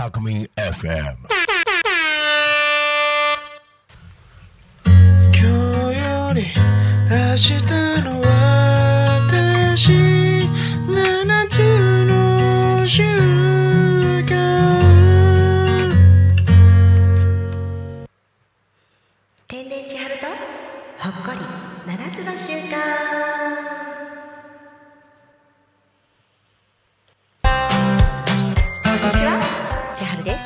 タコミ FM。 今日より明日の私、7つの習慣。 天然千春とほっこり7つの習慣。こんにちは、千春です。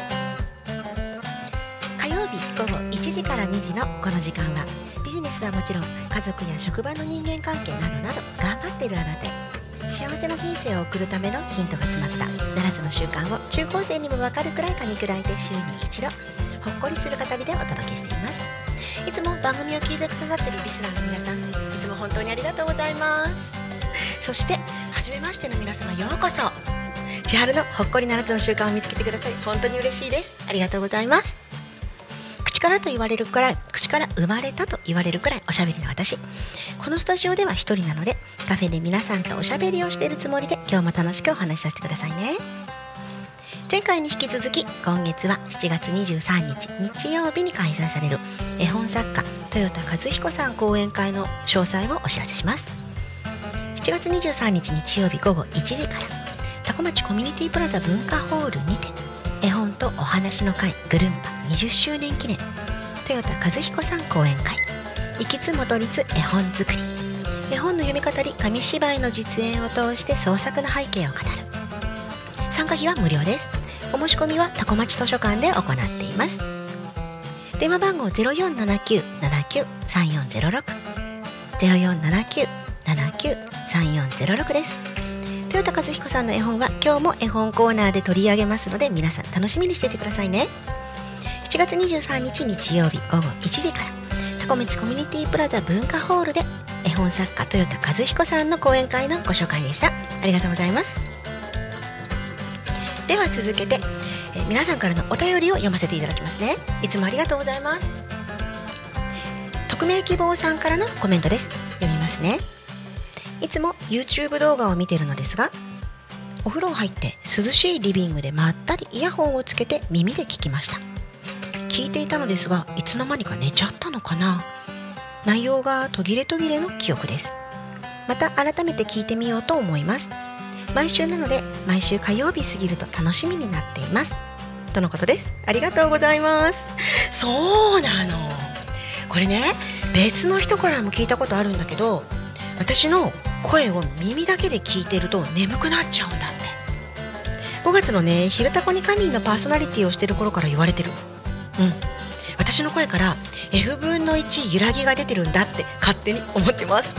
火曜日午後1時から2時のこの時間は、ビジネスはもちろん家族や職場の人間関係などなど頑張っているあなたへ幸せな人生を送るためのヒントが詰まった7つの習慣を中高生にも分かるくらい噛み砕いて週に一度ほっこりする語りでお届けしています。いつも番組を聞いてくださっているリスナーの皆さん、いつも本当にありがとうございます。そして初めましての皆様、ようこそ。千春のほっこり7つの習慣を見つけてくださり本当に嬉しいです。ありがとうございます。口からと言われるくらい、口から生まれたと言われるくらいおしゃべりな私。このスタジオでは一人なので、カフェで皆さんとおしゃべりをしているつもりで今日も楽しくお話しさせてくださいね。前回に引き続き、今月は7月23日日曜日に開催される絵本作家豊田和彦さん講演会の詳細をお知らせします。7月23日日曜日午後1時から多古町コミュニティプラザ文化ホールにて、絵本とお話の会ぐるんぱ20周年記念豊田和彦さん講演会、行きつ戻りつ絵本作り、絵本の読み語り紙芝居の実演を通して創作の背景を語る。参加費は無料です。お申し込みは多古町図書館で行っています。電話番号 0479-793406 0479-793406 です。豊田和彦さんの絵本は今日も絵本コーナーで取り上げますので、皆さん楽しみにしていてくださいね。7月23日日曜日午後1時から多古町コミュニティプラザ文化ホールで、絵本作家豊田和彦さんの講演会のご紹介でした。ありがとうございます。では続けて、皆さんからのお便りを読ませていただきますね。いつもありがとうございます。匿名希望さんからのコメントです。読みますね。いつも YouTube 動画を見ているのですが、お風呂入って涼しいリビングでまったりイヤホンをつけて耳で聞きました。聞いていたのですが、いつの間にか寝ちゃったのかな。内容が途切れ途切れの記憶です。また改めて聞いてみようと思います。毎週なので毎週火曜日過ぎると楽しみになっています、とのことです。ありがとうございます。そうなの、これね、別の人からも聞いたことあるんだけど、私の声を耳だけで聞いてると眠くなっちゃうんだって。5月のね、昼タコに仮眠のパーソナリティをしてる頃から言われてる。私の声から F 分の1揺らぎが出てるんだって勝手に思ってます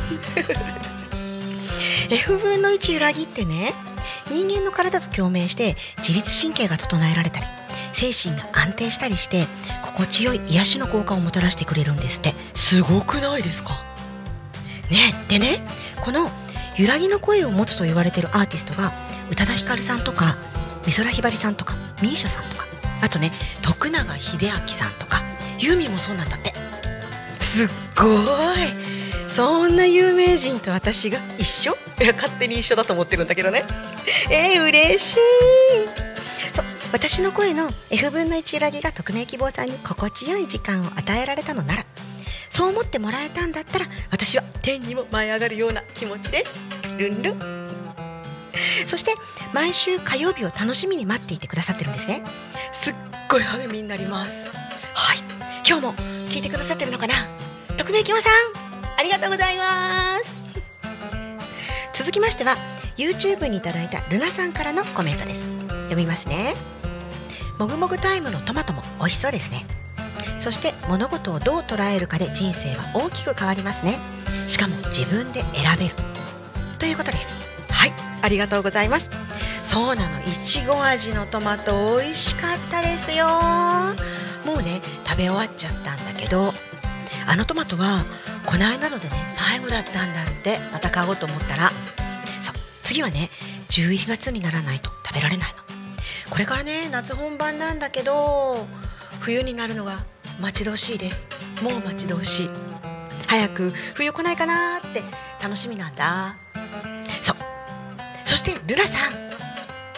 F 分の1揺らぎってね、人間の体と共鳴して自律神経が整えられたり、精神が安定したりして心地よい癒しの効果をもたらしてくれるんですって。すごくないですかね。でね、この揺らぎの声を持つと言われているアーティストが宇多田ヒカルさんとか美空ひばりさんとか misia さんとか、あとね徳永英明さんとかユーミンもそうなんだって。すっごい、そんな有名人と私が一緒？いや、勝手に一緒だと思ってるんだけどね。嬉しい。そう、私の声の F 分の1揺らぎが匿名希望さんに心地よい時間を与えられたのなら、そう思ってもらえたんだったら、私は天にも舞い上がるような気持ちです。ルンルン。そして毎週火曜日を楽しみに待っていてくださってるんですね。すっごい励みになります。はい、今日も聞いてくださってるのかな。匿名希望さん、ありがとうございます。続きましては YouTube にいただいたルナさんからのコメントです。読みますね。もぐもぐタイムのトマトも美味しそうですね。そして物事をどう捉えるかで人生は大きく変わりますね。しかも自分で選べるということです。はい、ありがとうございます。そうなの、いちご味のトマト美味しかったですよ。もうね、食べ終わっちゃったんだけど、あのトマトはこの間のでね最後だったんだって。また買おうと思ったら、そう、次はね11月にならないと食べられないの。これからね夏本番なんだけど、冬になるのが待ち遠しいです。もう待ち遠しい。早く冬来ないかなって楽しみなんだ。そう、そしてルナさん、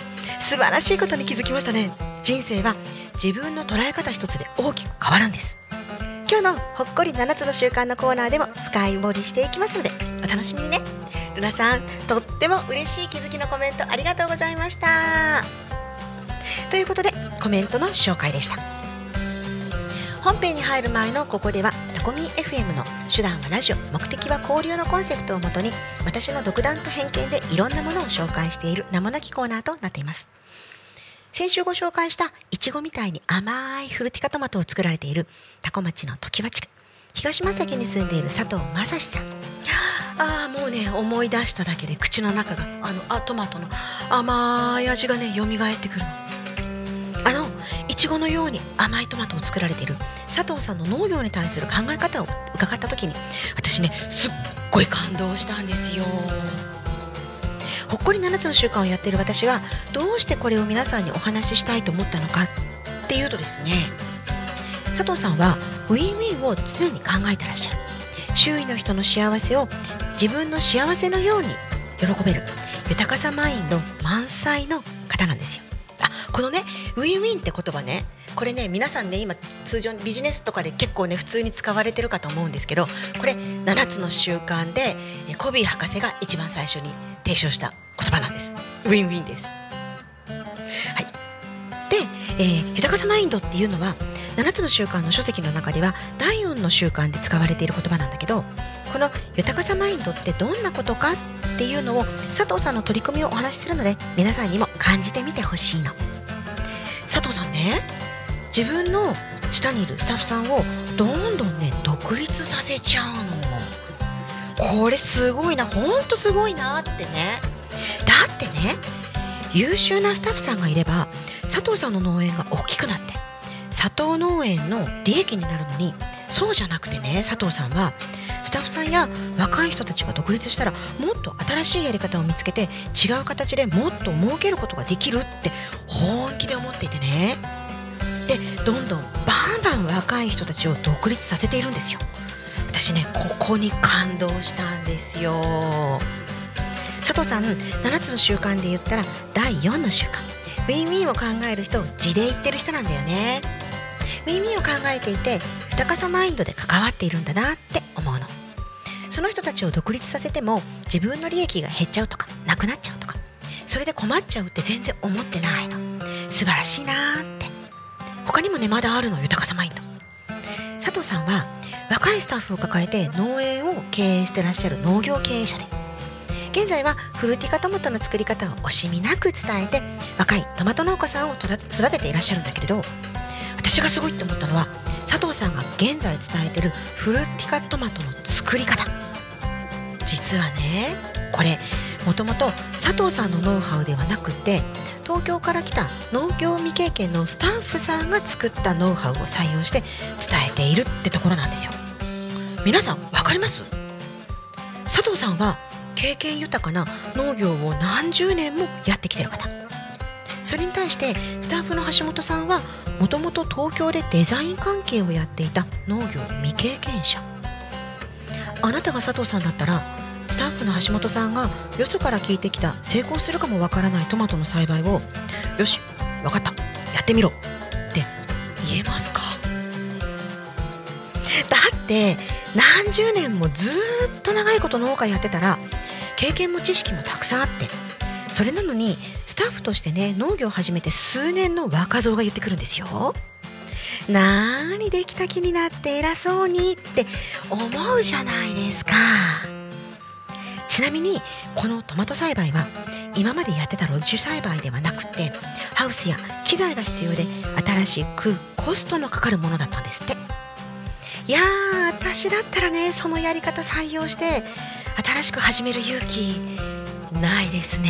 素晴らしいことに気づきましたね。人生は自分の捉え方一つで大きく変わるんです。今日のほっこり7つの習慣のコーナーでも深い掘りしていきますのでお楽しみにね。ルナさん、とっても嬉しい気づきのコメントありがとうございました。ということでコメントの紹介でした。本編に入る前のここではタコミ FM の手段はラジオ、目的は交流のコンセプトをもとに私の独断と偏見でいろんなものを紹介している名もなきコーナーとなっています。先週ご紹介したいちごみたいに甘いフルティカトマトを作られている多古町の常盤地区東正木に住んでいる佐藤正史さん。もうね、思い出しただけで口の中がトマトの甘い味がね蘇ってくるの。いちごのように甘いトマトを作られている佐藤さんの農業に対する考え方を伺った時に私ねすっごい感動したんですよ。ほっこり7つの習慣をやっている私がどうしてこれを皆さんにお話ししたいと思ったのかっていうとですね、佐藤さんはウィンウィンを常に考えてらっしゃる。周囲の人の幸せを自分の幸せのように喜べる豊かさマインド満載の方なんですよ。このねウィンウィンって言葉ね、これね皆さんね今通常ビジネスとかで結構ね普通に使われてるかと思うんですけど、これ7つの習慣でコビー博士が一番最初に提唱した言葉なんです。ウィンウィンです。はい。で、豊かさマインドっていうのは7つの習慣の書籍の中では第4の習慣で使われている言葉なんだけど、この豊かさマインドってどんなことかっていうのを佐藤さんの取り組みをお話しするので皆さんにも感じてみてほしいの。佐藤さんね、自分の下にいるスタッフさんをどんどんね独立させちゃうの。これすごいな、ほんとすごいなってね。だってね、優秀なスタッフさんがいれば佐藤さんの農園が大きくなって佐藤農園の利益になるのに、そうじゃなくてね、佐藤さんはスタッフさんや若い人たちが独立したらもっと新しいやり方を見つけて違う形でもっと儲けることができるって本気で思っていてね。でどんどんバンバン若い人たちを独立させているんですよ。私ねここに感動したんですよ。佐藤さん7つの習慣で言ったら第4の習慣、ウィンウィンを考える人を字で言ってる人なんだよね。ウィンウィンを考えていて豊かさマインドで関わっているんだなって思うの。その人たちを独立させても自分の利益が減っちゃうとかなくなっちゃうとかそれで困っちゃうって全然思ってないの。素晴らしいなって。他にもねまだあるの、豊かさマインド。佐藤さんは若いスタッフを抱えて農園を経営してらっしゃる農業経営者で、現在はフルティカトマトの作り方を惜しみなく伝えて若いトマト農家さんを育てていらっしゃるんだけれど、私がすごいって思ったのは佐藤さんが現在伝えてるフルティカトマトの作り方。実はねこれもともと佐藤さんのノウハウではなくて東京から来た農業未経験のスタッフさんが作ったノウハウを採用して伝えているってところなんですよ。皆さんわかります？佐藤さんは経験豊かな農業を何十年もやってきてる方。それに対してスタッフの橋本さんはもともと東京でデザイン関係をやっていた農業未経験者。あなたが佐藤さんだったらスタッフの橋本さんがよそから聞いてきた成功するかもわからないトマトの栽培をよしわかったやってみろって言えますか？だって何十年もずっと長いこと農家やってたら経験も知識もたくさんあって、それなのにスタッフとしてね農業を始めて数年の若造が言ってくるんですよ。なーにできた気になって偉そうにって思うじゃないですか。ちなみにこのトマト栽培は今までやってた露地栽培ではなくてハウスや機材が必要で新しくコストのかかるものだったんですって。いやー私だったらねそのやり方採用して新しく始める勇気ないですね。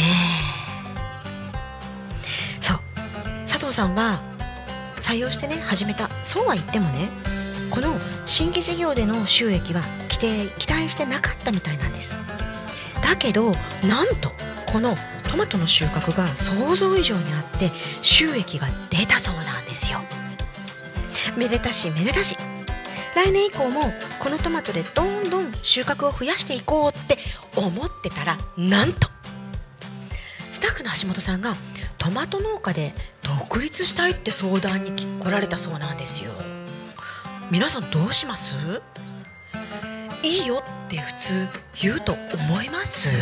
そう佐藤さんは採用してね始めたそうは言ってもねこの新規事業での収益は期待してなかったみたいなんです。だけどなんとこのトマトの収穫が想像以上にあって収益が出たそうなんですよ。めでたしめでたし。来年以降もこのトマトでどんどん収穫を増やしていこうって思ってたら、なんとスタッフの橋本さんがトマト農家で独立したいって相談に来られたそうなんですよ。皆さんどうします？いいよって普通言うと思います？ね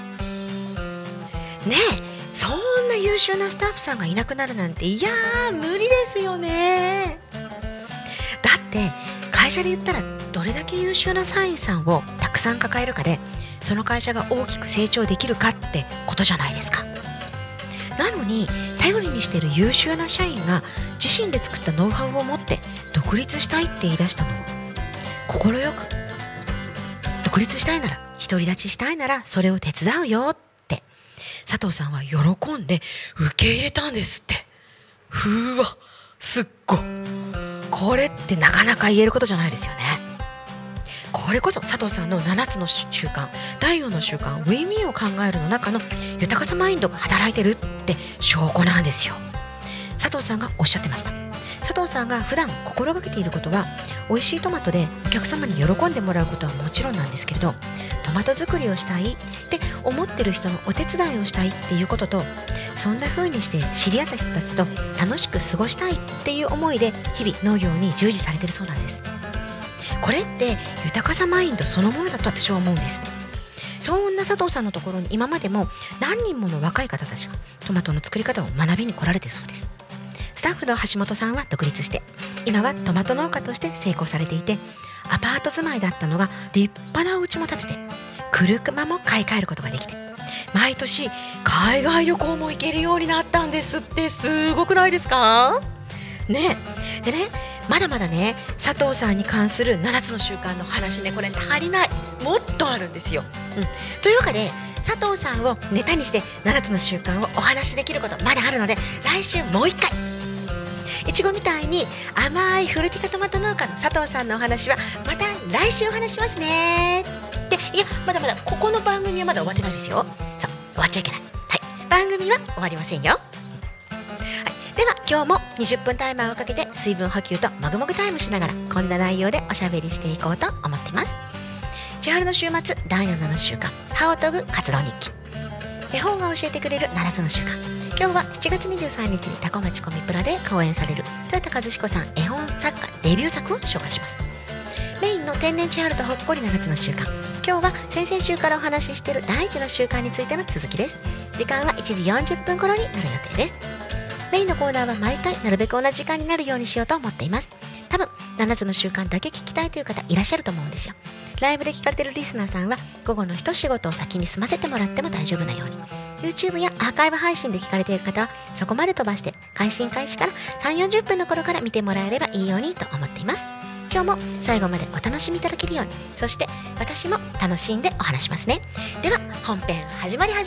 え、そんな優秀なスタッフさんがいなくなるなんて、いやー無理ですよね。だって会社で言ったらどれだけ優秀な社員さんをたくさん抱えるかでその会社が大きく成長できるかってことじゃないですか。なのに頼りにしている優秀な社員が自身で作ったノウハウを持って独立したいって言い出したのを心よく、独立したいなら独り立ちしたいならそれを手伝うよって佐藤さんは喜んで受け入れたんですって。ふーわ、すっご、これってなかなか言えることじゃないですよね。これこそ佐藤さんの7つの習慣、第4の習慣、ウィンウィンを考えるの中の豊かさマインドが働いてるって証拠なんですよ。佐藤さんがおっしゃってました。佐藤さんが普段心がけていることは、美味しいトマトでお客様に喜んでもらうことはもちろんなんですけれど、トマト作りをしたいって思ってる人のお手伝いをしたいっていうことと、そんな風にして知り合った人たちと楽しく過ごしたいっていう思いで日々農業に従事されているそうなんです。これって豊かさマインドそのものだと私は思うんです。そんな佐藤さんのところに今までも何人もの若い方たちがトマトの作り方を学びに来られているそうです。スタッフの橋本さんは独立して今はトマト農家として成功されていて、アパート住まいだったのが立派なお家も建てて車も買い替えることができて、毎年海外旅行も行けるようになったんですって。すごくないですかね。でね、まだまだね佐藤さんに関する7つの習慣の話ね、これ足りない、もっとあるんですよ、というわけで佐藤さんをネタにして7つの習慣をお話しできることまだあるので、来週もう一回いちごみたいに甘いフルティカトマト農家の佐藤さんのお話はまた来週お話しますねって。いや、まだまだここの番組はまだ終わってないですよ。そう、終わっちゃいけない。はい、番組は終わりませんよ。では今日も20分タイマーをかけて水分補給ともぐもぐタイムしながらこんな内容でおしゃべりしていこうと思っています。千春の週末第7の習慣、葉を研ぐ活動日記。絵本が教えてくれる7つの習慣。今日は7月23日にタコ町コミプラで講演される豊田和彦さん絵本作家デビュー作を紹介します。メインの天然千春とほっこり7つの習慣。今日は先々週からお話ししている第1の習慣についての続きです。時間は1時40分頃になる予定です。メインのコーナーは毎回なるべく同じ時間になるようにしようと思っています。多分7つの習慣だけ聞きたいという方いらっしゃると思うんですよ。ライブで聞かれているリスナーさんは午後の一仕事を先に済ませてもらっても大丈夫なように、 YouTube やアーカイブ配信で聞かれている方はそこまで飛ばして配信開始から 3,40 分の頃から見てもらえればいいようにと思っています。今日も最後までお楽しみいただけるように、そして私も楽しんでお話しますね。では本編始まり。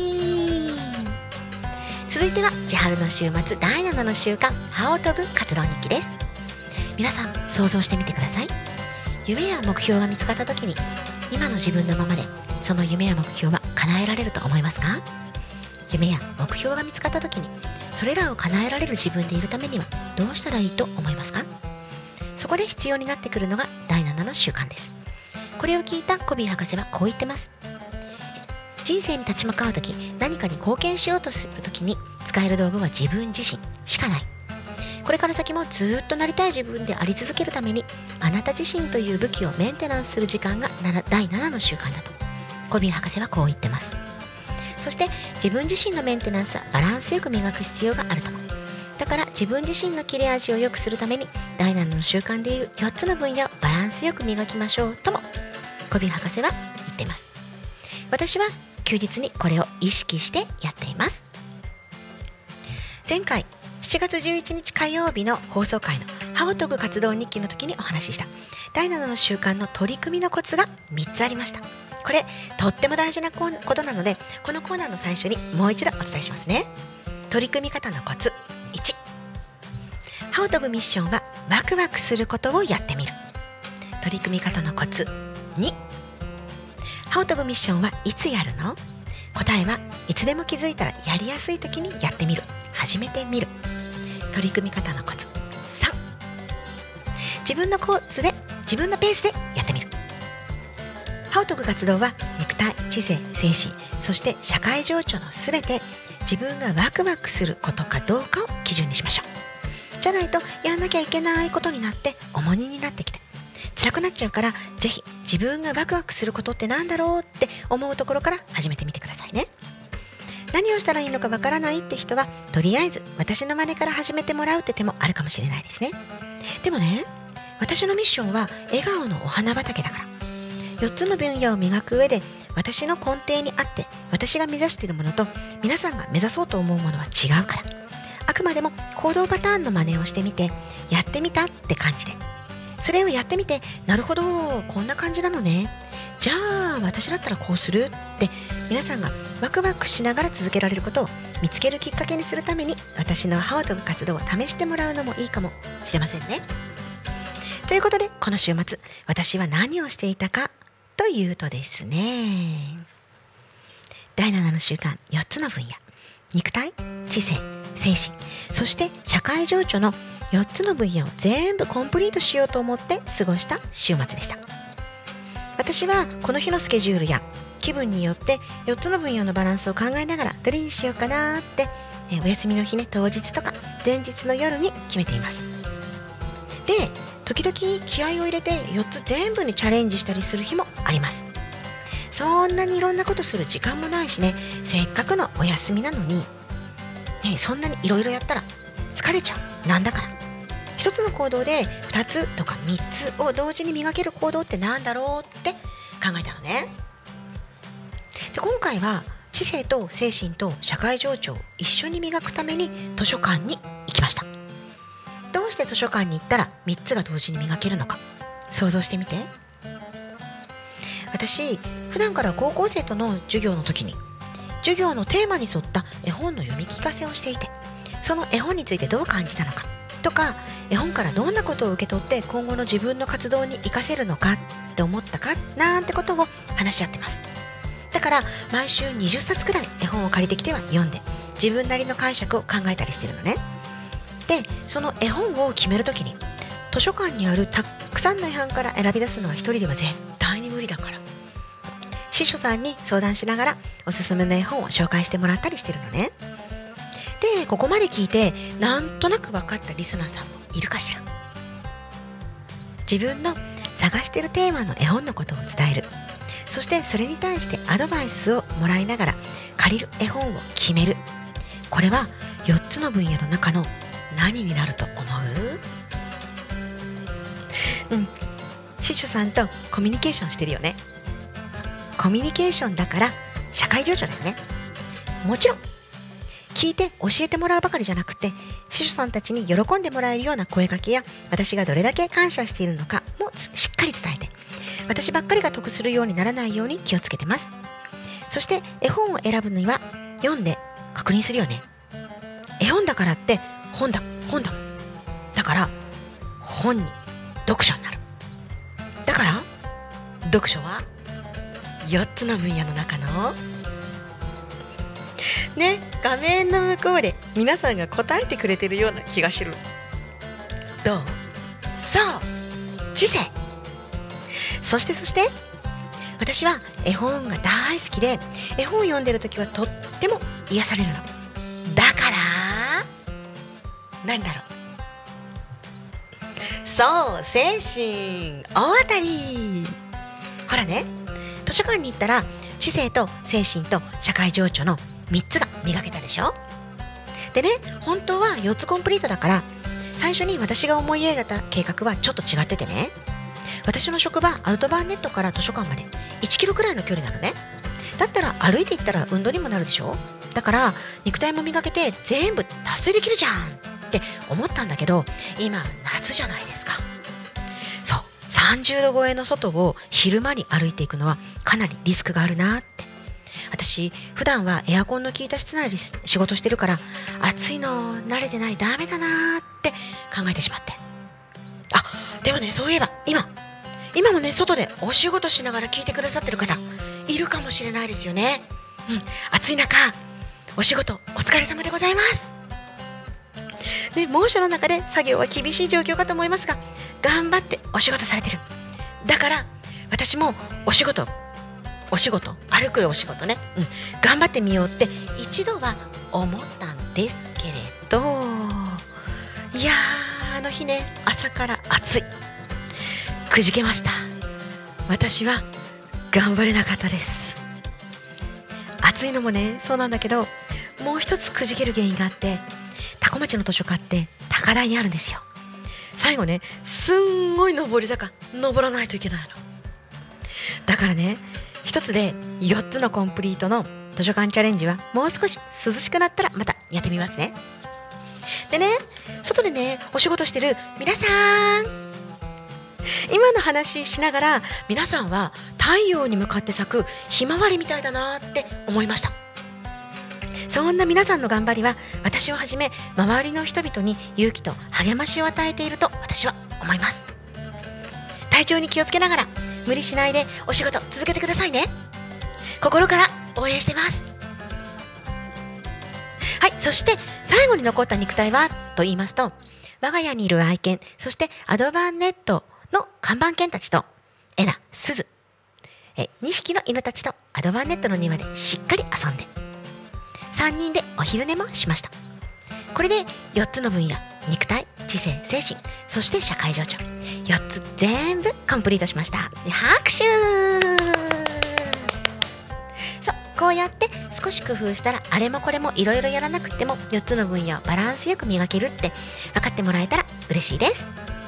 続いては千春の週末第7の習慣、葉を研ぐ活動日記です。皆さん想像してみてください。夢や目標が見つかった時に今の自分のままでその夢や目標は叶えられると思いますか？夢や目標が見つかった時にそれらを叶えられる自分でいるためにはどうしたらいいと思いますか？そこで必要になってくるのが第7の習慣です。これを聞いたコビー博士はこう言ってます。人生に立ち向かう時、何かに貢献しようとする時に使える道具は自分自身しかない。これから先もずっとなりたい自分であり続けるためにあなた自身という武器をメンテナンスする時間が第7の習慣だとコビー博士はこう言ってます。そして自分自身のメンテナンスはバランスよく磨く必要があるとも。だから自分自身の切れ味を良くするために第7の習慣でいう4つの分野をバランスよく磨きましょうともコビー博士は言っています。私は休日にこれを意識してやっています。前回7月11日火曜日の放送回の葉を研ぐ活動日記の時にお話しした第7の習慣の取り組みのコツが3つありました。これとっても大事なことなので、このコーナーの最初にもう一度お伝えしますね。取り組み方のコツ1、葉を研ぐミッションはワクワクすることをやってみる。取り組み方のコツ2、葉を研ぐミッションはいつやるの？答えはいつでも気づいたらやりやすい時にやってみる、始めてみる。取り組み方のコツ3、自分のペースでやってみる。葉を研ぐ活動は肉体、知性、精神、そして社会情緒のすべて自自分がワクワクすることかどうかを基準にしましょう。じゃないとやんなきゃいけないことになって重荷になってきて辛くなっちゃうから、ぜひ自分がワクワクすることってなんだろうって思うところから始めてみてくださいね。何をしたらいいのかわからないって人は、とりあえず私の真似から始めてもらうって手もあるかもしれないですね。でもね、私のミッションは笑顔のお花畑だから、4つの分野を磨く上で私の根底にあって、私が目指しているものと皆さんが目指そうと思うものは違うから、あくまでも行動パターンの真似をしてみて、やってみたって感じで、それをやってみて、なるほどこんな感じなのね、じゃあ私だったらこうするって皆さんがワクワクしながら続けられることを見つけるきっかけにするために、私のハートの活動を試してもらうのもいいかもしれませんね。ということで、この週末私は何をしていたかというとですね、第7の習慣4つの分野、肉体、知性、精神、そして社会情緒の4つの分野を全部コンプリートしようと思って過ごした週末でした。私はこの日のスケジュールや気分によって4つの分野のバランスを考えながら、どれにしようかなって、お休みの日ね、当日とか前日の夜に決めています。で、時々気合を入れて4つ全部にチャレンジしたりする日もあります。そんなにいろんなことする時間もないしね、せっかくのお休みなのに、そんなにいろいろやったら疲れちゃう。なんだから一つの行動で2つとか3つを同時に磨ける行動ってなんだろうって考えたのね。で、今回は知性と精神と社会情緒を一緒に磨くために図書館に行きました。どうして図書館に行ったら3つが同時に磨けるのか想像してみて。私、普段から高校生との授業の時に授業のテーマに沿った絵本の読み聞かせをしていて、その絵本についてどう感じたのかとか、絵本からどんなことを受け取って今後の自分の活動に活かせるのかって思ったかなんてことを話し合ってます。だから毎週20冊くらい絵本を借りてきては読んで、自分なりの解釈を考えたりしてるのね。で、その絵本を決めるときに、図書館にあるたくさんの絵本から選び出すのは一人では絶対に無理だから、司書さんに相談しながらおすすめの絵本を紹介してもらったりしてるのね。で、ここまで聞いてなんとなく分かったリスナーさんもいるかしら。自分の探してるテーマの絵本のことを伝える、そしてそれに対してアドバイスをもらいながら借りる絵本を決める、これは4つの分野の中の何になると思う？司書さんとコミュニケーションしてるよね。コミュニケーションだから社会情緒だよね。もちろん聞いて教えてもらうばかりじゃなくて、司書さんたちに喜んでもらえるような声かけや、私がどれだけ感謝しているのかもしっかり伝えて、私ばっかりが得するようにならないように気をつけてます。そして絵本を選ぶには読んで確認するよね。絵本だからって本だだから本に読書になる。だから読書は4つの分野の中のね、画面の向こうで皆さんが答えてくれてるような気がする。どう？そう、知性。そして私は絵本が大好きで、絵本を読んでるときはとっても癒されるの。だから何だろう、そう、精神大当たり。ほらね、図書館に行ったら知性と精神と社会情緒の3つが磨けたでしょ。でね、本当は4つコンプリートだから、最初に私が思い描いた計画はちょっと違っててね、私の職場アウトバーネットから図書館まで1キロくらいの距離なのね。だったら歩いて行ったら運動にもなるでしょ。だから肉体も磨けて全部達成できるじゃんって思ったんだけど、今夏じゃないですか。そう、30度超えの外を昼間に歩いていくのはかなりリスクがあるなって。私普段はエアコンの効いた室内で仕事してるから、暑いの慣れてない、ダメだなって考えてしまって、でもね、そういえば今もね、外でお仕事しながら聞いてくださってる方いるかもしれないですよね。暑い中お仕事お疲れ様でございます。で、猛暑の中で作業は厳しい状況かと思いますが、頑張ってお仕事されてる。だから私もお仕事歩くお仕事ね、頑張ってみようって一度は思ったんですけれど、いやー、あの日ね、朝から暑い、くじけました。私は頑張れなかったです。暑いのもね、そうなんだけど、もう一つくじける原因があって、多古町の図書館って高台にあるんですよ。最後ね、すんごい上り坂登らないといけないの。だからね、一つで4つのコンプリートの図書館チャレンジはもう少し涼しくなったらまたやってみますね。でね、外でねお仕事してる皆さん、今の話しながら、皆さんは太陽に向かって咲くひまわりみたいだなって思いました。そんな皆さんの頑張りは、私をはじめ周りの人々に勇気と励ましを与えていると私は思います。体調に気をつけながら無理しないでお仕事続けてくださいね。心から応援してます。はい、そして最後に残った肉体はと言いますと、我が家にいる愛犬、そしてアドバンネットの看板犬たちとエナ、スズ、2匹の犬たちとアドバンネットの庭でしっかり遊んで、3人でお昼寝もしました。これで4つの分野、肉体、知性、精神、そして社会情緒、4つ全部コンプリートしました。拍手。そう、こうやって少し工夫したら、あれもこれもいろいろやらなくても4つの分野をバランスよく磨けるって分かってもらえたら嬉しいです。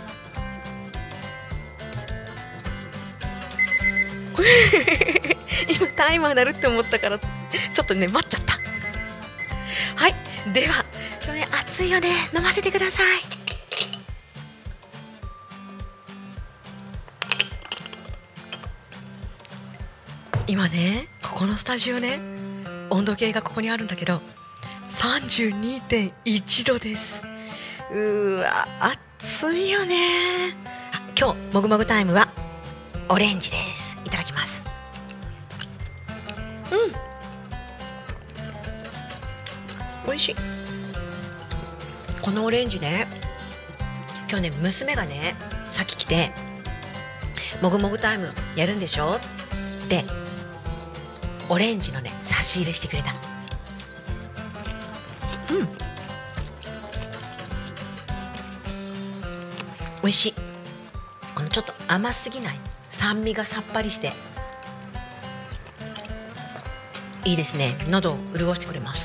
今タイマー鳴るって思ったからちょっとね待っちゃった。はい、では今日ね暑いよね、飲ませてください。今ね、ここのスタジオね、温度計がここにあるんだけど 32.1 度です。わ、暑いよね。今日もぐもぐタイムはオレンジです。いただきます。美味しい。このオレンジね、今日ね娘がねさっき来て、もぐもぐタイムやるんでしょってオレンジのね差し入れしてくれたの。美味しい。このちょっと甘すぎない、酸味がさっぱりしていいですね。喉を潤してくれます。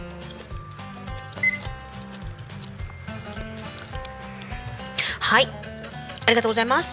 はい、ありがとうございます。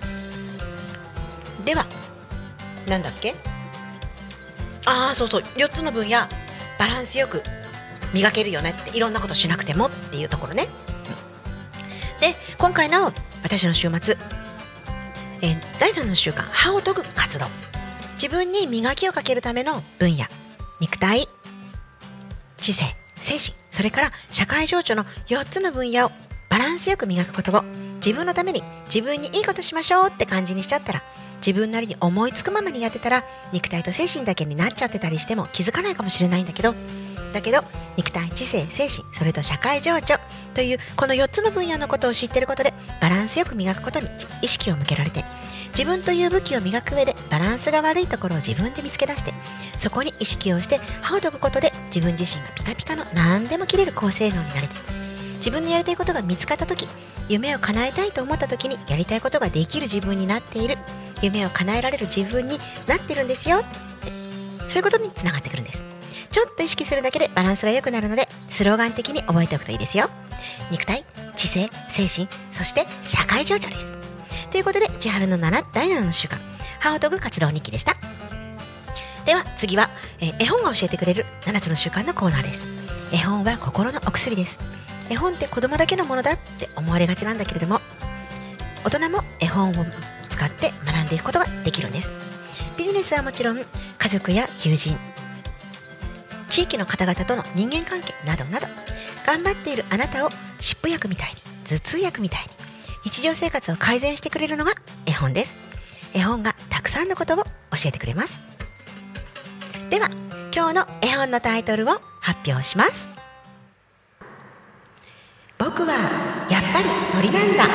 ではなんだっけ、そうそう、4つの分野バランスよく磨けるよねって、いろんなことしなくてもっていうところね。で、今回の私の週末、第7の習慣、歯を研ぐ活動、自分に磨きをかけるための分野、肉体、知性、精神、それから社会情緒の4つの分野をバランスよく磨くことを、自分のために自分にいいことしましょうって感じにしちゃったら、自分なりに思いつくままにやってたら、肉体と精神だけになっちゃってたりしても気づかないかもしれないんだけど、肉体、知性、精神、それと社会情緒というこの4つの分野のことを知っていることで、バランスよく磨くことに意識を向けられて、自分という武器を磨く上でバランスが悪いところを自分で見つけ出して、そこに意識をして歯を研ぐことで、自分自身がピカピカの何でも切れる高性能になれて、自分のやりたいことが見つかった時、夢を叶えたいと思った時にやりたいことができる自分になっている、夢を叶えられる自分になってるんですよって、そういうことにつながってくるんです。ちょっと意識するだけでバランスが良くなるので、スローガン的に覚えておくといいですよ。肉体、知性、精神、そして社会情緒です。ということで、千春の第7の習慣、歯を研ぐ活動日記でした。では次は、絵本が教えてくれる7つの習慣のコーナーです。絵本は心のお薬です。絵本って子供だけのものだって思われがちなんだけれども、大人も絵本を使って学んでいくことができるんです。ビジネスはもちろん、家族や友人、地域の方々との人間関係などなど、頑張っているあなたを湿布薬みたいに、頭痛薬みたいに、日常生活を改善してくれるのが絵本です。絵本がたくさんのことを教えてくれます。では今日の絵本のタイトルを発表します。僕はやっぱり鳥なんだ。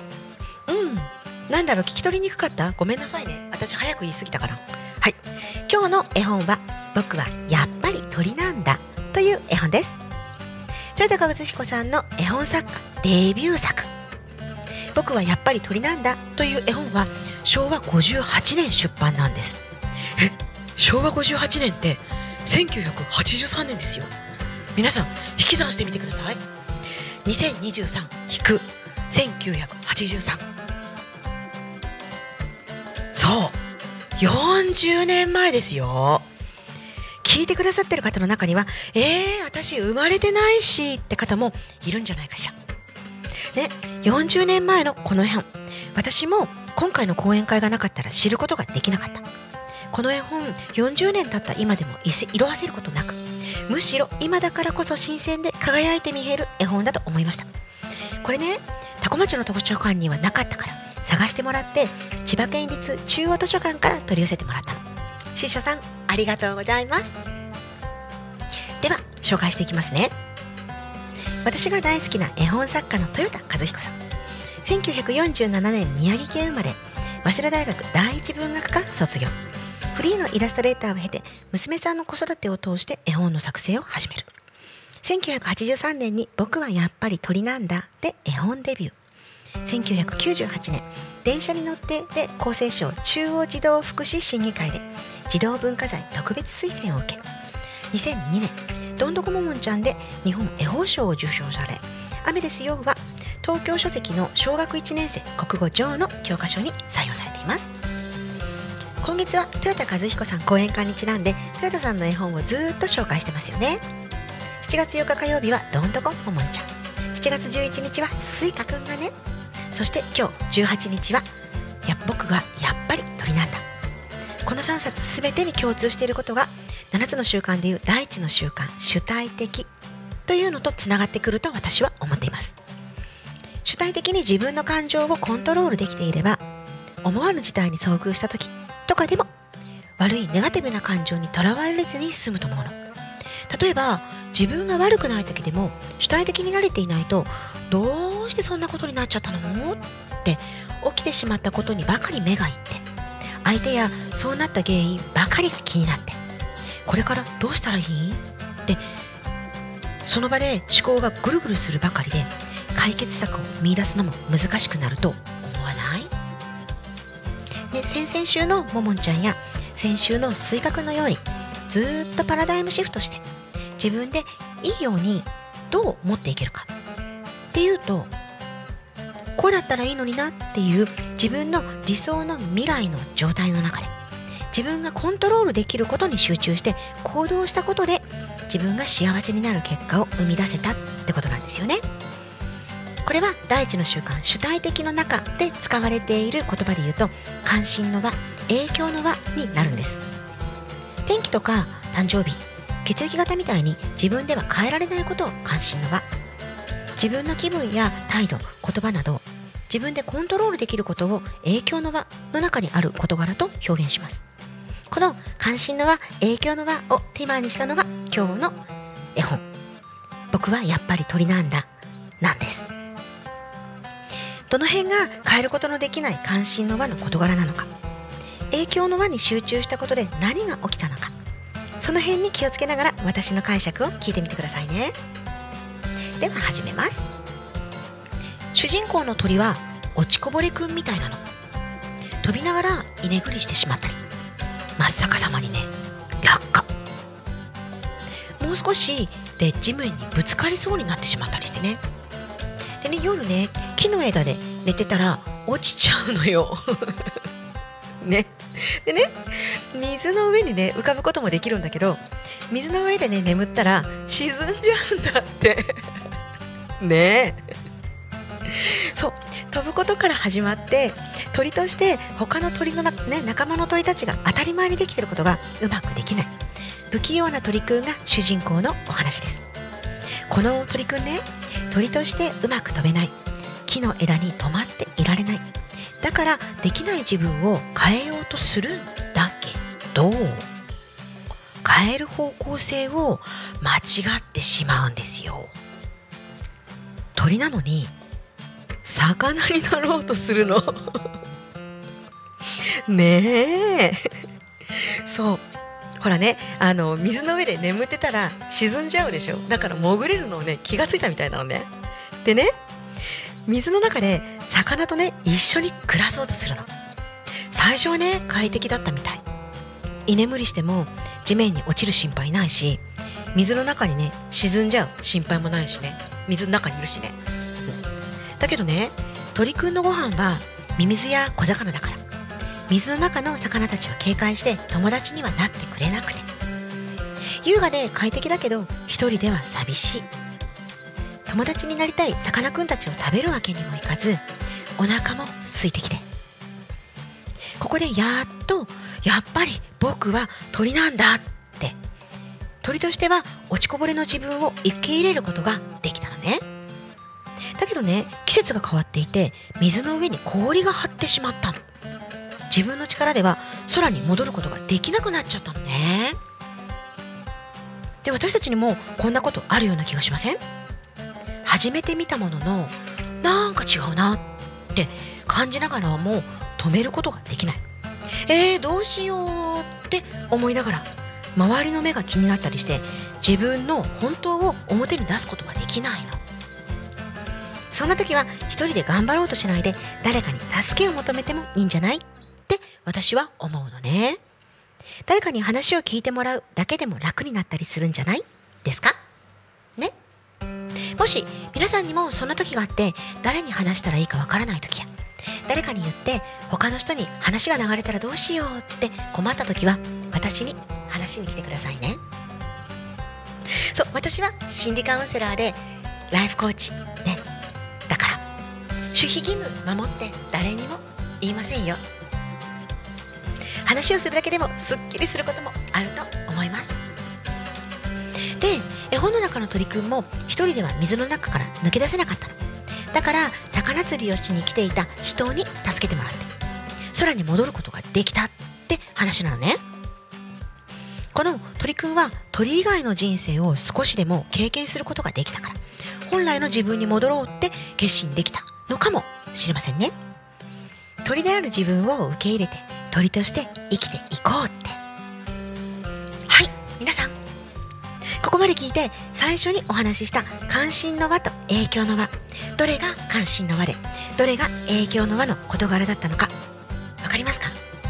なんだろう、聞き取りにくかった？ごめんなさいね、私早く言い過ぎたから。はい、今今日の絵本は僕はやっぱり鳥なんだという絵本です。豊田和彦さんの絵本作家デビュー作、僕はやっぱり鳥なんだという絵本は昭和58年出版なんです。昭和58年って1983年ですよ。皆さん引き算してみてください。2023-1983、そう40年前ですよ。聞いてくださってる方の中には私生まれてないしって方もいるんじゃないかしらね。40年前のこの絵本、私も今回の講演会がなかったら知ることができなかった。この絵本、40年経った今でも色あせることなく、むしろ今だからこそ新鮮で輝いて見える絵本だと思いました。これね、多古町の図書館にはなかったから探してもらって、千葉県立中央図書館から取り寄せてもらったの。司書さんありがとうございます。では紹介していきますね。私が大好きな絵本作家の豊田和彦さん、1947年宮城県生まれ、早稲田大学第一文学科卒業。フリーのイラストレーターを経て、娘さんの子育てを通して絵本の作成を始める。1983年に僕はやっぱり鳥なんだで絵本デビュー。1998年、電車に乗ってで厚生省中央児童福祉審議会で児童文化財特別推薦を受け、2002年、どんどこももんちゃんで日本絵本賞を受賞され、雨ですよは東京書籍の小学1年生国語上の教科書に採用されています。今月は豊田和彦さん講演会にちなんで、豊田さんの絵本をずっと紹介してますよね。7月8日火曜日はどんどこももんちゃん、7月11日はスイカくんがね、そして今日18日は僕がやっぱり鳥なんだ。この3冊すべてに共通していることが、7つの習慣でいう第一の習慣、主体的というのとつながってくると私は思っています。主体的に自分の感情をコントロールできていれば、思わぬ事態に遭遇した時とかでも悪いネガティブな感情にとらわれずに済むと思うの。例えば自分が悪くない時でも主体的になれていないと、どうしてそんなことになっちゃったのって起きてしまったことにばかり目がいって、相手やそうなった原因ばかりが気になって、これからどうしたらいいってその場で思考がぐるぐるするばかりで、解決策を見出すのも難しくなると思わない？で、先々週のももんちゃんや先週のスイカくんのように、ずっとパラダイムシフトして自分でいいようにどう持っていけるかっていうと、こうだったらいいのになっていう自分の理想の未来の状態の中で、自分がコントロールできることに集中して行動したことで、自分が幸せになる結果を生み出せたってことなんですよね。これは第一の習慣、主体的の中で使われている言葉で言うと、関心の輪、影響の輪になるんです。天気とか誕生日、血液型みたいに自分では変えられないことを関心の輪、自分の気分や態度、言葉など自分でコントロールできることを影響の輪の中にある事柄と表現します。この関心の輪、影響の輪をテーマにしたのが今日の絵本、僕はやっぱり鳥なんだなんです。どの辺が変えることのできない関心の輪の事柄なのか、影響の輪に集中したことで何が起きたのか、その辺に気をつけながら私の解釈を聞いてみてくださいね。では始めます。主人公の鳥は落ちこぼれくんみたいなの。飛びながら居眠りしてしまったり、真っ逆さまにね落下、もう少しで地面にぶつかりそうになってしまったりしてね。でね、夜ね、木の枝で寝てたら落ちちゃうのよね。でね、水の上にね浮かぶこともできるんだけど、水の上でね眠ったら沈んじゃうんだってねえそう、飛ぶことから始まって、鳥として他の鳥の、仲間の鳥たちが当たり前にできていることがうまくできない不器用な鳥くんが主人公のお話です。この鳥くんね、鳥としてうまく飛べない、木の枝に止まっていられない、だからできない自分を変えようとするんだけど、変える方向性を間違ってしまうんですよ。鳥なのに魚になろうとするのねえそう、 ほらね、水の上で眠ってたら沈んじゃうでしょ。だから潜れるのをね気がついたみたいなのね。でね、水の中で魚とね一緒に暮らそうとするの。最初はね快適だったみたい。居眠りしても地面に落ちる心配ないし、水の中にね沈んじゃう心配もないしね、水の中にいるしね。だけどね、鳥くんのご飯はミミズや小魚だから、水の中の魚たちは警戒して友達にはなってくれなくて、優雅で快適だけど一人では寂しい。友達になりたいさかなクンたちを食べるわけにもいかず、お腹も空いてきて、ここでやっとやっぱり僕は鳥なんだって鳥としては落ちこぼれの自分を受け入れることができたのね。だけどね、季節が変わっていて水の上に氷が張ってしまったの。自分の力では空に戻ることができなくなっちゃったのね。で、私たちにもこんなことあるような気がしません？初めて見たもののなんか違うなって感じながらも止めることができない。どうしようって思いながら周りの目が気になったりして自分の本当を表に出すことができないの。そんな時は一人で頑張ろうとしないで誰かに助けを求めてもいいんじゃないって私は思うのね。誰かに話を聞いてもらうだけでも楽になったりするんじゃないですかね。もし皆さんにもそんな時があって誰に話したらいいかわからない時や、誰かに言って他の人に話が流れたらどうしようって困った時は私に話しに来てくださいね。そう、私は心理カウンセラーでライフコーチね。だから守秘義務守って誰にも言いませんよ。話をするだけでもすっきりすることもあると思います。で、絵本の中の鳥くんも一人では水の中から抜け出せなかったの。だから魚釣りをしに来ていた人に助けてもらって空に戻ることができたって話なのね。この鳥くんは鳥以外の人生を少しでも経験することができたから本来の自分に戻ろうって決心できたのかもしれませんね。鳥である自分を受け入れて鳥として生きていこうって。はい、皆さんここまで聞いて最初にお話しした関心の輪と影響の輪、どれが関心の輪でどれが影響の輪の事柄だったのかわかりますか？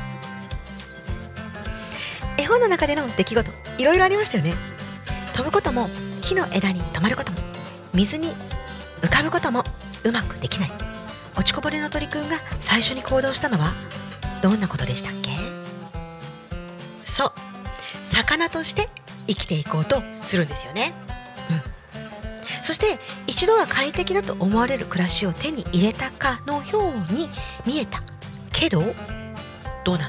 絵本の中での出来事いろいろありましたよね。飛ぶことも木の枝に止まることも水に浮かぶこともうまくできない落ちこぼれの鳥くんが最初に行動したのはどんなことでしたっけ？そう、魚として生きていこうとするんですよね。そして一度は快適だと思われる暮らしを手に入れたかのように見えたけどどうなった？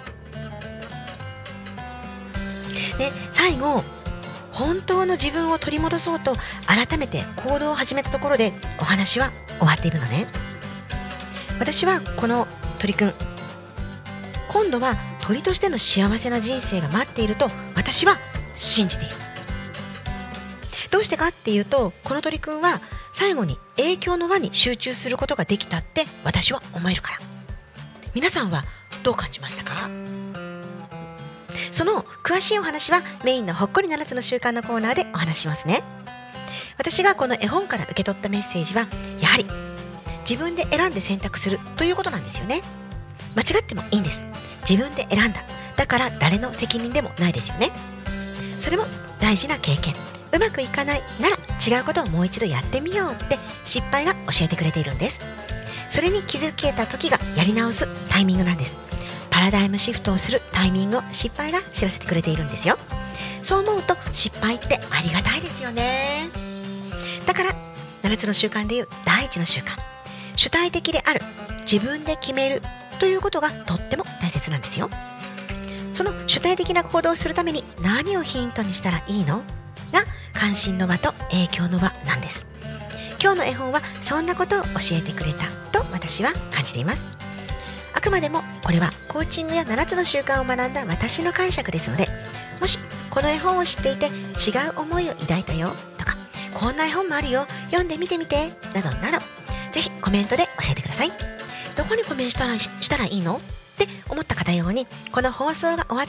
で、最後本当の自分を取り戻そうと改めて行動を始めたところでお話は終わっているのね。私はこの鳥くん、今度は鳥としての幸せな人生が待っていると私は信じている。どうしてかっていうと、この鳥くんは最後に影響の輪に集中することができたって私は思えるから。皆さんはどう感じましたか？その詳しいお話はメインのほっこり7つの習慣のコーナーでお話しますね。私がこの絵本から受け取ったメッセージはやはり自分で選んで選択するということなんですよね。間違ってもいいんです。自分で選んだ。だから誰の責任でもないですよね。それも大事な経験。うまくいかないなら違うことをもう一度やってみようって失敗が教えてくれているんです。それに気づけた時がやり直すタイミングなんです。パラダイムシフトをするタイミングを失敗が知らせてくれているんですよ。そう思うと失敗ってありがたいですよね。だから7つの習慣でいう第一の習慣、主体的である、自分で決めるということがとっても大切なんですよ。その主体的な行動をするために何をヒントにしたらいいのが関心の輪と影響の輪なんです。今日の絵本はそんなことを教えてくれたと私は感じています。あくまでもこれはコーチングや7つの習慣を学んだ私の解釈ですので、もしこの絵本を知っていて違う思いを抱いたよとか、こんな絵本もあるよ、読んでみてみてなどなど、ぜひコメントで教えてください。どこにコメントしたらいいのって思った方用に、この放送が終わったら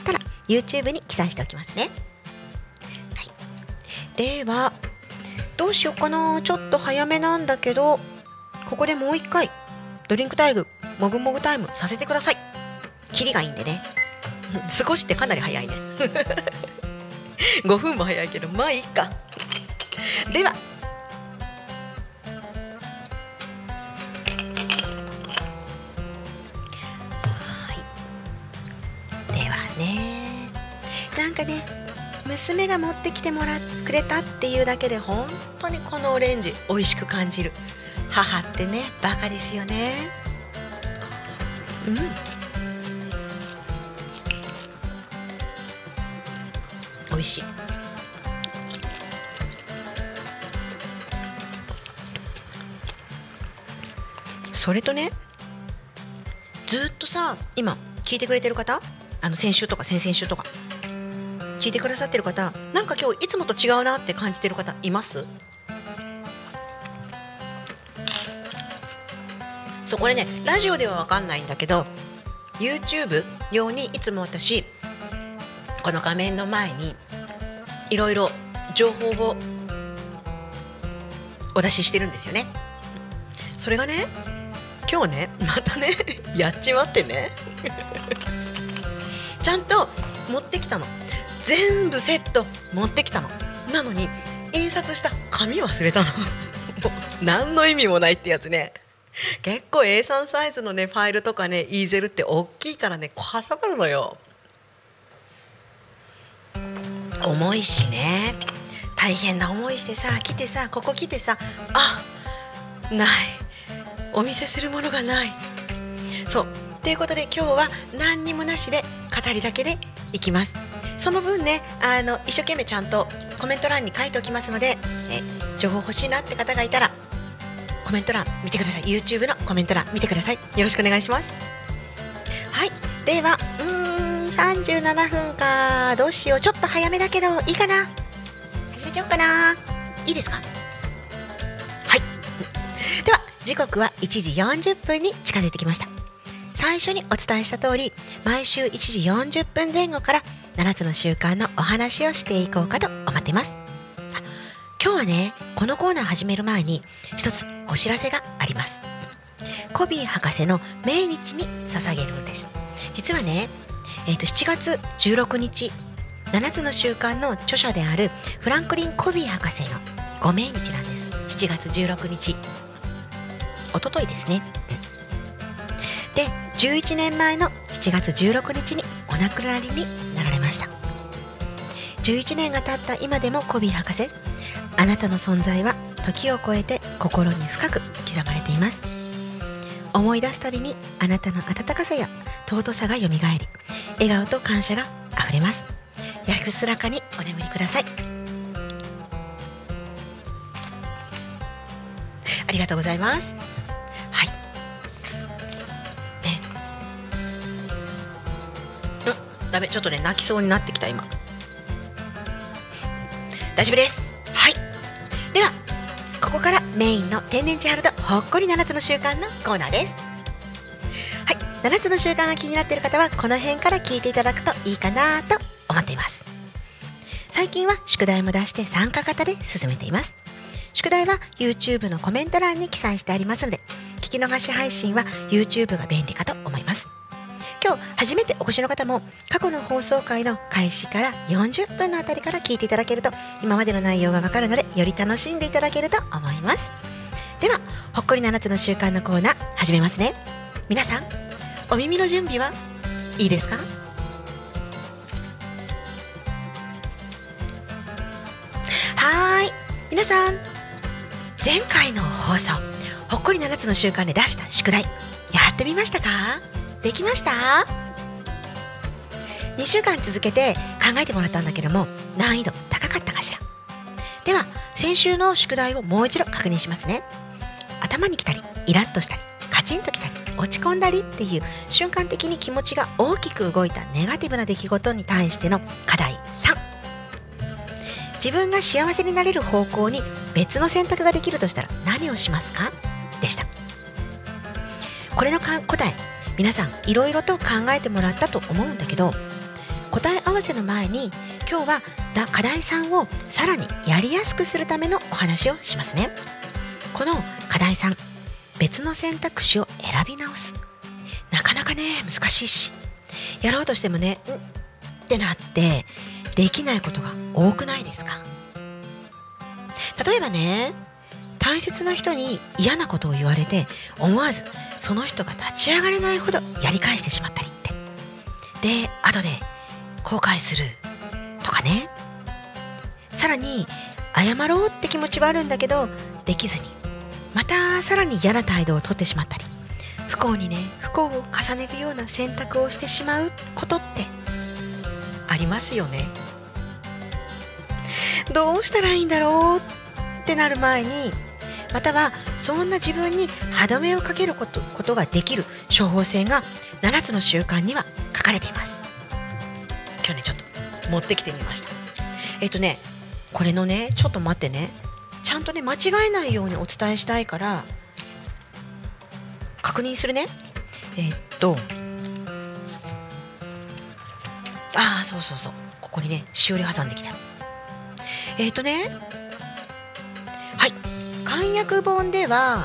YouTube に記載しておきますね。はい、ではどうしようかな。ちょっと早めなんだけど、ここでもう一回ドリンクタイムもぐもぐタイムさせてください。キリがいいんでね。少しってかなり早いね。5分も早いけどまあいいか。ではなんかね、娘が持ってきてくれたっていうだけで本当にこのオレンジ美味しく感じる。母ってね、バカですよね。美味しい。それとね、ずっとさ、今聞いてくれてる方、先週とか先々週とか聞いてくださってる方、なんか今日いつもと違うなって感じてる方います？そう、これね、ラジオでは分かんないんだけど YouTube 用にいつも私この画面の前にいろいろ情報をお出ししてるんですよね。それがね、今日ね、またねやっちまってねちゃんと持ってきたの。全部セット持ってきたの。なのに印刷した紙忘れたの。何の意味もないってやつね。結構 A3 サイズのねファイルとかね、イーゼルって大きいからね、かさばるのよ。重いしね、大変な思いしてさ、来てさ、ここ来てさ、ない、お見せするものがない。そうということで今日は何にもなしで語りだけでいきます。その分ね、一生懸命ちゃんとコメント欄に書いておきますので、情報欲しいなって方がいたらコメント欄見てください。 YouTube のコメント欄見てください。よろしくお願いします。はい、では37分か。どうしよう、ちょっと早めだけどいいかな。始めちゃおうかな。いいですか？はい。では時刻は1時40分に近づいてきました。最初にお伝えした通り、毎週1時40分前後から7つの習慣のお話をしていこうかと思っています。今日はね、このコーナー始める前に一つお知らせがあります。コビー博士の命日に捧げるんです。実はね、7月16日7つの習慣の著者であるフランクリン・コビー博士のご命日なんです。7月16日、おとといですね。で、11年前の7月16日にお亡くなりになられました。11年が経った今でもコビー博士、あなたの存在は時を超えて心に深く刻まれています。思い出すたびにあなたの温かさや尊さがよみがえり、笑顔と感謝があふれます。安らかにお眠りください。ありがとうございます。はいね、ダメ、ちょっとね泣きそうになってきた今。大丈夫です。はい、ではここからメインの天然千春とほっこり7つの習慣のコーナーです。はい、7つの習慣が気になっている方はこの辺から聞いていただくといいかなと思っています。最近は宿題も出して参加型で進めています。宿題は YouTube のコメント欄に記載してありますので、聞き逃し配信は YouTube が便利かと思います。今日初めてお越しの方も過去の放送回の開始から40分のあたりから聞いていただけると今までの内容がわかるので、より楽しんでいただけると思います。ではほっこり7つの習慣のコーナー始めますね。皆さんお耳の準備はいいですか？はーい、皆さん、前回の放送ほっこり7つの習慣で出した宿題やってみましたか？できました？ 2 週間続けて考えてもらったんだけども、難易度高かったかしら。では先週の宿題をもう一度確認しますね。頭にきたりイラッとしたりカチンときたり落ち込んだりっていう瞬間的に気持ちが大きく動いたネガティブな出来事に対しての課題3、自分が幸せになれる方向に別の選択ができるとしたら何をしますか？でした。これの答え、皆さんいろいろと考えてもらったと思うんだけど、答答え合わせの前に今日は課題3をさらにやりやすくするためのお話をしますね。この課題3、別の選択肢を選び直す。なかなかね難しいし、やろうとしてもねってなってできないことが多くないですか？例えばね、大切な人に嫌なことを言われて思わずその人が立ち上がれないほどやり返してしまったりって、で後で後悔するとかね。さらに謝ろうって気持ちはあるんだけどできずにまたさらに嫌な態度をとってしまったり、不幸にね不幸を重ねるような選択をしてしまうことってありますよね。どうしたらいいんだろうってなる前に、またはそんな自分に歯止めをかけることができる処方箋が7つの習慣には書かれています。今日ねちょっと持ってきてみました。これのねちょっと待ってね、ちゃんとね間違えないようにお伝えしたいから確認するね。そうここにねしおり挟んできた。はい、簡約本では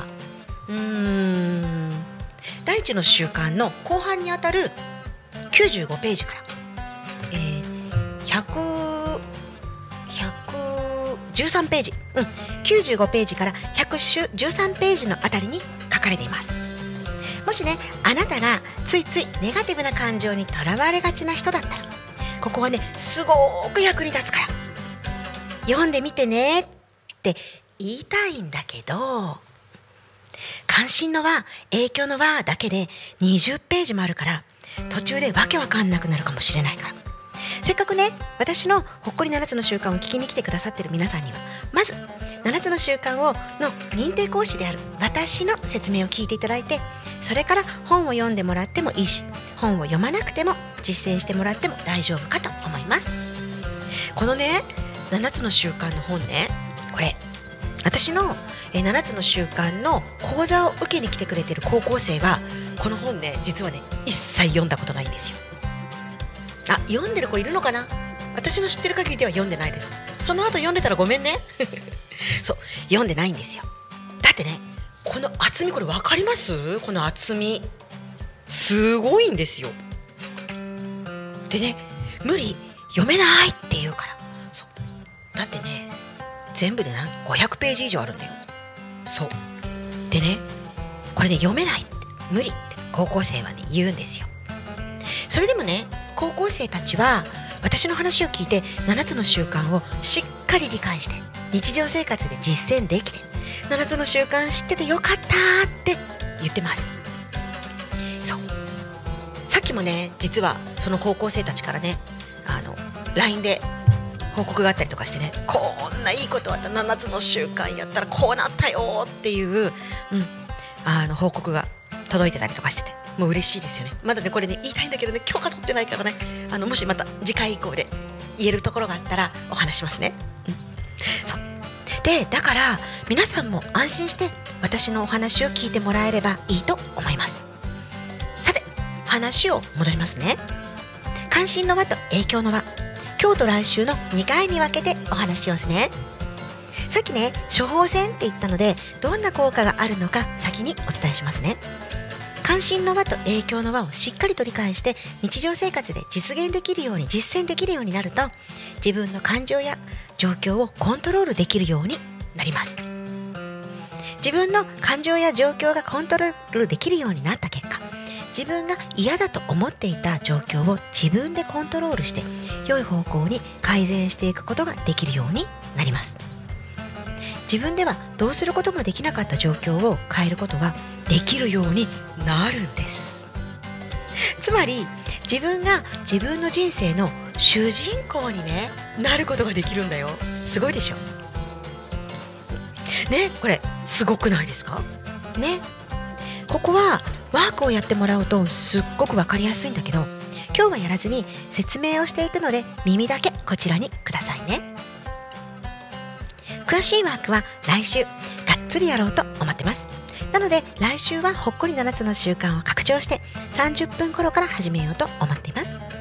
第一の習慣の後半にあたる95ページから、113ページ、95ページから113ページのあたりに書かれています。もしねあなたがついついネガティブな感情にとらわれがちな人だったら、ここはねすごく役に立つから読んでみてねって言いたいんだけど、関心の輪、影響の輪だけで20ページもあるから途中でわけわかんなくなるかもしれないから、せっかくね私のほっこり7つの習慣を聞きに来てくださってる皆さんには、まず7つの習慣の認定講師である私の説明を聞いていただいて、それから本を読んでもらってもいいし、本を読まなくても実践してもらっても大丈夫かと思います。このね7つの習慣の本ね、これ私の7つの習慣の講座を受けに来てくれてる高校生はこの本ね実はね一切読んだことないんですよ。読んでる子いるのかな。私の知ってる限りでは読んでないです。その後読んでたらごめんねそう読んでないんですよ。だってねこの厚み、これ分かります？この厚みすごいんですよ。でね無理、読めないって言うから、そうだってね全部で500ページ以上あるんだよ。そうでねこれで読めないって、無理って高校生はね言うんですよ。それでもね高校生たちは私の話を聞いて7つの習慣をしっかり理解して日常生活で実践できて、7つの習慣知っててよかったって言ってます。そうさっきもね実はその高校生たちからねLINE で報告があったりとかしてね、こんないいことあった、7つの習慣やったらこうなったよっていう、報告が届いてたりとかしてて、もう嬉しいですよね。まだねこれね言いたいんだけどね許可取ってないからね、もしまた次回以降で言えるところがあったらお話しますね。そうでだから皆さんも安心して私のお話を聞いてもらえればいいと思います。さて話を戻しますね。関心の輪と影響の輪、今日と来週の2回に分けてお話ししますね。さっきね処方箋って言ったのでどんな効果があるのか先にお伝えしますね。関心の輪と影響の輪をしっかりと理解して日常生活で実現できるように、実践できるようになると、自分の感情や状況をコントロールできるようになります。自分の感情や状況がコントロールできるようになった結果、自分が嫌だと思っていた状況を自分でコントロールして良い方向に改善していくことができるようになります。自分ではどうすることもできなかった状況を変えることができるようになるんです。つまり自分が自分の人生の主人公にねなることができるんだよ。すごいでしょね。これすごくないですかね。ここはワークをやってもらうとすっごくわかりやすいんだけど、今日はやらずに説明をしていくので耳だけこちらにくださいね。詳しいワークは来週がっつりやろうと思ってます。なので来週はほっこり7つの習慣を拡張して30分頃から始めようと思っています。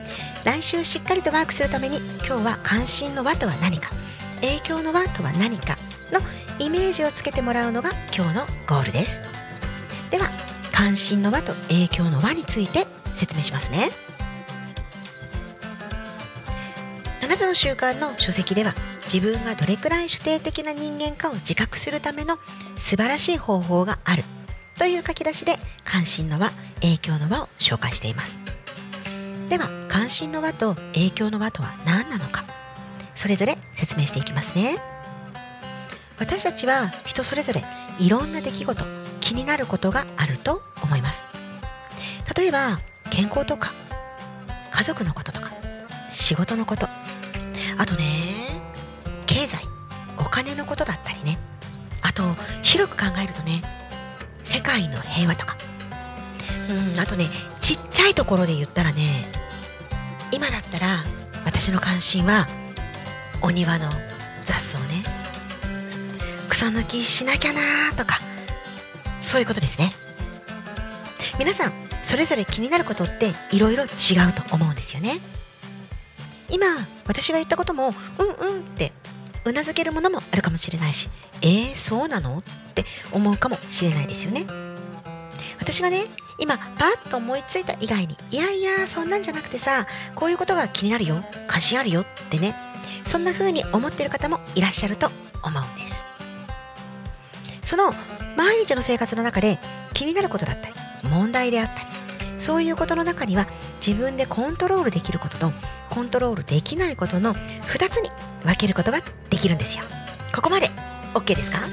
来週しっかりとワークするために、今日は関心の輪とは何か、影響の輪とは何かのイメージをつけてもらうのが今日のゴールです。では関心の輪と影響の輪について説明しますね。7つの習慣の書籍では、自分がどれくらい主体的な人間かを自覚するための素晴らしい方法があるという書き出しで、関心の輪、影響の輪を紹介しています。では関心の輪と影響の輪とは何なのか、それぞれ説明していきますね。私たちは人それぞれいろんな出来事、気になることがあると思います。例えば健康とか家族のこととか仕事のこと、あとね経済、お金のことだったりね、あと広く考えるとね世界の平和とか、あとねちっちゃいところで言ったらね、今だったら私の関心はお庭の雑草ね、草抜きしなきゃなとか、そういうことですね。皆さんそれぞれ気になることっていろいろ違うと思うんですよね。今私が言ったこともってうなずけるものもあるかもしれないし、そうなのって思うかもしれないですよね。私がね今パッと思いついた以外に、いやそんなんじゃなくてさ、こういうことが気になるよ、関心あるよってね、そんな風に思ってる方もいらっしゃると思うんです。その毎日の生活の中で気になることだったり問題であったり、そういうことの中には自分でコントロールできることとコントロールできないことの2つに分けることができるんですよ。ここまで OK ですか？はい。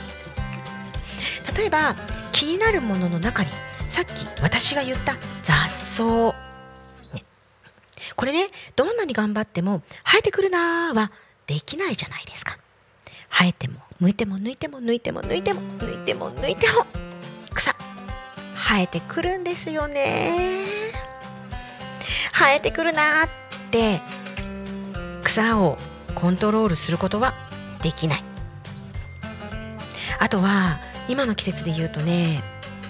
例えば気になるものの中に、さっき私が言った雑草、ね、これねどんなに頑張っても生えてくるなーはできないじゃないですか。生えても抜いても草生えてくるんですよね。生えてくるなーって草をコントロールすることはできない。あとは今の季節で言うとね、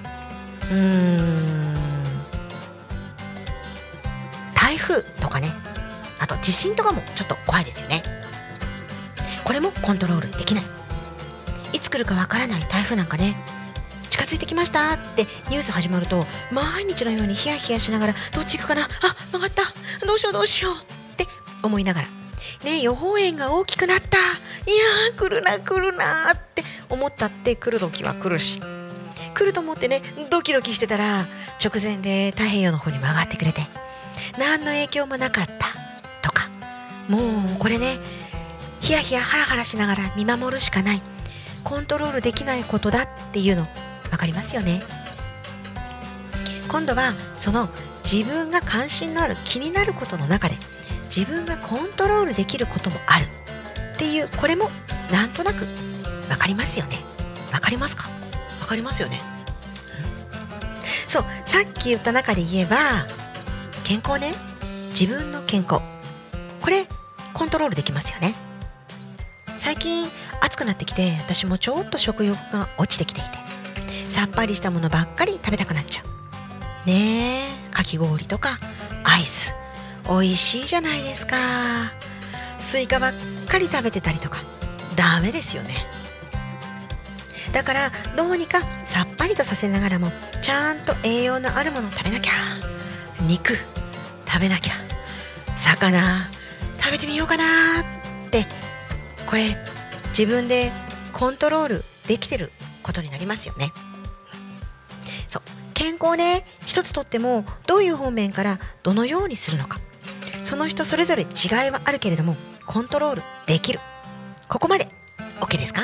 台風とかね、あと地震とかもちょっと怖いですよね。これもコントロールできない。いつ来るかわからない台風なんかね、近づいてきましたってニュース始まると毎日のようにヒヤヒヤしながら、どっち行くかな、曲がった、どうしようって思いながらね、予報円が大きくなった、いやー来るなって思ったって来る時は来るし、来ると思ってねドキドキしてたら直前で太平洋の方に曲がってくれて何の影響もなかったとか、もうこれねヒヤヒヤハラハラしながら見守るしかない、コントロールできないことだっていうの分かりますよね。今度はその自分が関心のある気になることの中で自分がコントロールできることもあるっていう、これもなんとなく分かりますよね。分かりますか？分かりますよね。そう、さっき言った中で言えば健康ね、自分の健康、これコントロールできますよね。最近暑くなってきて、私もちょっと食欲が落ちてきていて、さっぱりしたものばっかり食べたくなっちゃうね。かき氷とかアイス美味しいじゃないですか。スイカばっかり食べてたりとかダメですよね。だからどうにかさっぱりとさせながらもちゃんと栄養のあるものを食べなきゃ、肉食べなきゃ、魚食べてみようかなって、これ自分でコントロールできてることになりますよね。そう、健康ね一つとってもどういう方面からどのようにするのか、その人それぞれ違いはあるけれどもコントロールできる。ここまで OK ですか？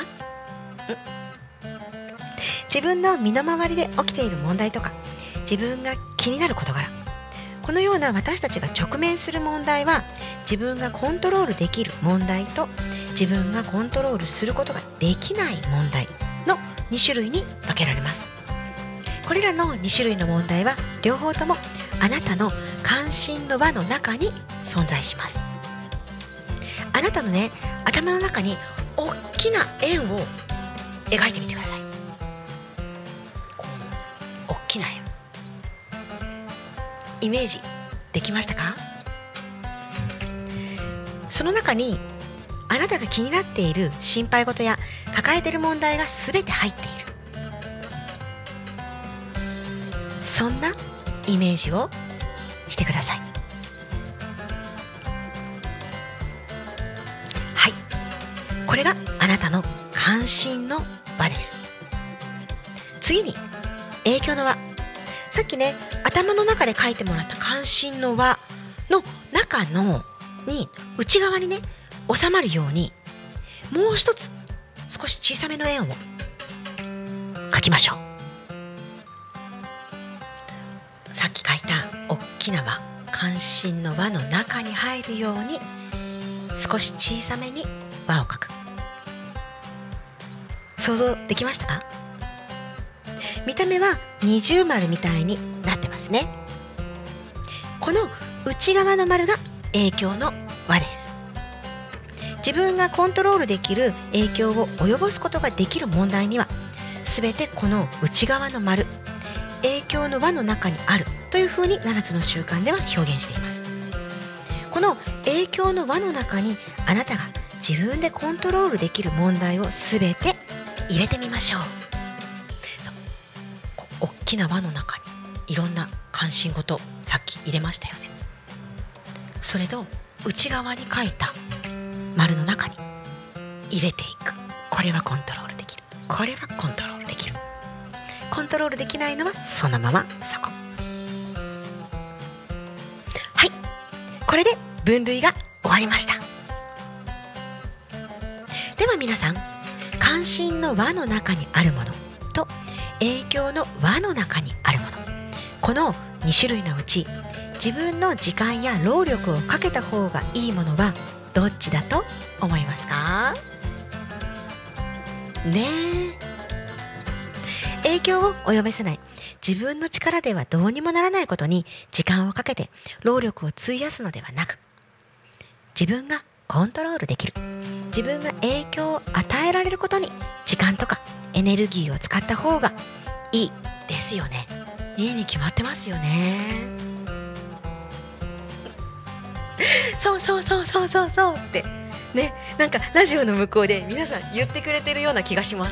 自分の身の回りで起きている問題とか自分が気になる事柄、このような私たちが直面する問題は自分がコントロールできる問題と自分がコントロールすることができない問題の2種類に分けられます。これらの2種類の問題は両方ともあなたの関心の輪の中に存在します。あなたのね頭の中に大きな円を描いてみてください。こう大きな円、 イメージできましたか？その中にあなたが気になっている心配事や抱えている問題がすべて入っている、そんなイメージをしてください。はい、これがあなたの関心の輪です。次に影響の輪、さっきね頭の中で書いてもらった関心の輪の中のに内側にね収まるようにもう一つ少し小さめの円を書きましょう。さっき書いた大きな輪、関心の輪の中に入るように少し小さめに輪を書く。想像できましたか？見た目は二重丸みたいになってますね。この内側の丸が影響の輪です。自分がコントロールできる影響を及ぼすことができる問題にはすべてこの内側の丸、影響の輪の中にあるというふうに7つの習慣では表現しています。この影響の輪の中にあなたが自分でコントロールできる問題をすべて入れてみましょう。大きな輪の中にいろんな関心事さっき入れましたよね。それと内側に書いた丸の中に入れていく。これはコントロールできる、これはコントロールできる、コントロールできないのはそのままそこ。はい、これで分類が終わりました。では皆さん、関心の輪の中にあるものと影響の輪の中にあるもの、この2種類のうち自分の時間や労力をかけた方がいいものはどっちだと思いますか？ねえ、影響を及ぼせない、自分の力ではどうにもならないことに時間をかけて労力を費やすのではなく、自分がコントロールできる、自分が影響を与えられることに時間とかエネルギーを使った方がいいですよね。いいに決まってますよね。そうそうそうそうそうそうってね、なんかラジオの向こうで皆さん言ってくれてるような気がします。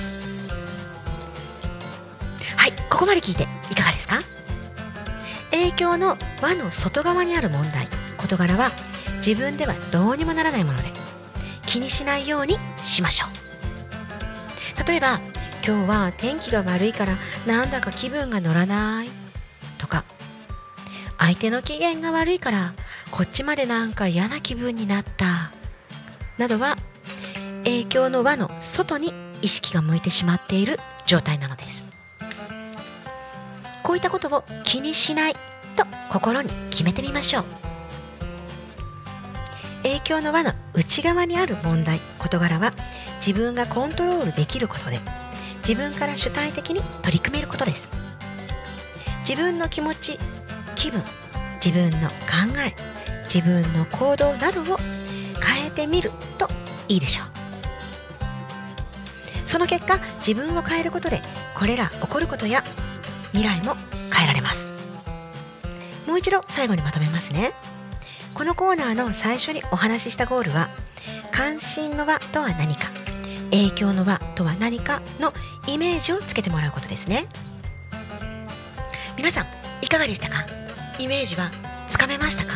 はい、ここまで聞いていかがですか？影響の輪の外側にある問題、事柄は自分ではどうにもならないもので気にしないようにしましょう。例えば、今日は天気が悪いからなんだか気分が乗らないとか、相手の機嫌が悪いからこっちまでなんか嫌な気分になったなどは影響の輪の外に意識が向いてしまっている状態なのです。こういったことを気にしないと心に決めてみましょう。影響の輪の内側にある問題、事柄は自分がコントロールできることで自分から主体的に取り組めることです。自分の気持ち、気分、自分の考え、自分の行動などを変えてみるといいでしょう。その結果、自分を変えることでこれら起こることや未来も変えられます。もう一度最後にまとめますね。このコーナーの最初にお話ししたゴールは、関心の輪とは何か、影響の輪とは何かのイメージをつけてもらうことですね。皆さんいかがでしたか？イメージはつかめましたか？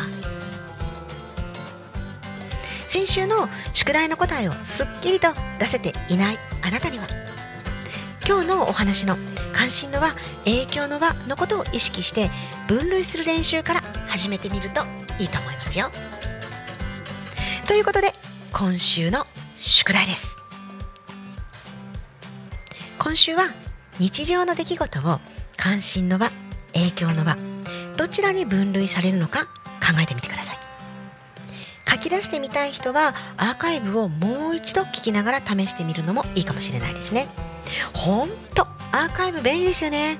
先週の宿題の答えをすっきりと出せていないあなたには、今日のお話の関心の輪、影響の輪のことを意識して分類する練習から始めてみるといいと思いますよ。ということで、今週の宿題です。今週は日常の出来事を関心の輪、影響の輪、どちらに分類されるのか考えてみてください。書き出してみたい人はアーカイブをもう一度聞きながら試してみるのもいいかもしれないですね。ほんとアーカイブ便利ですよね。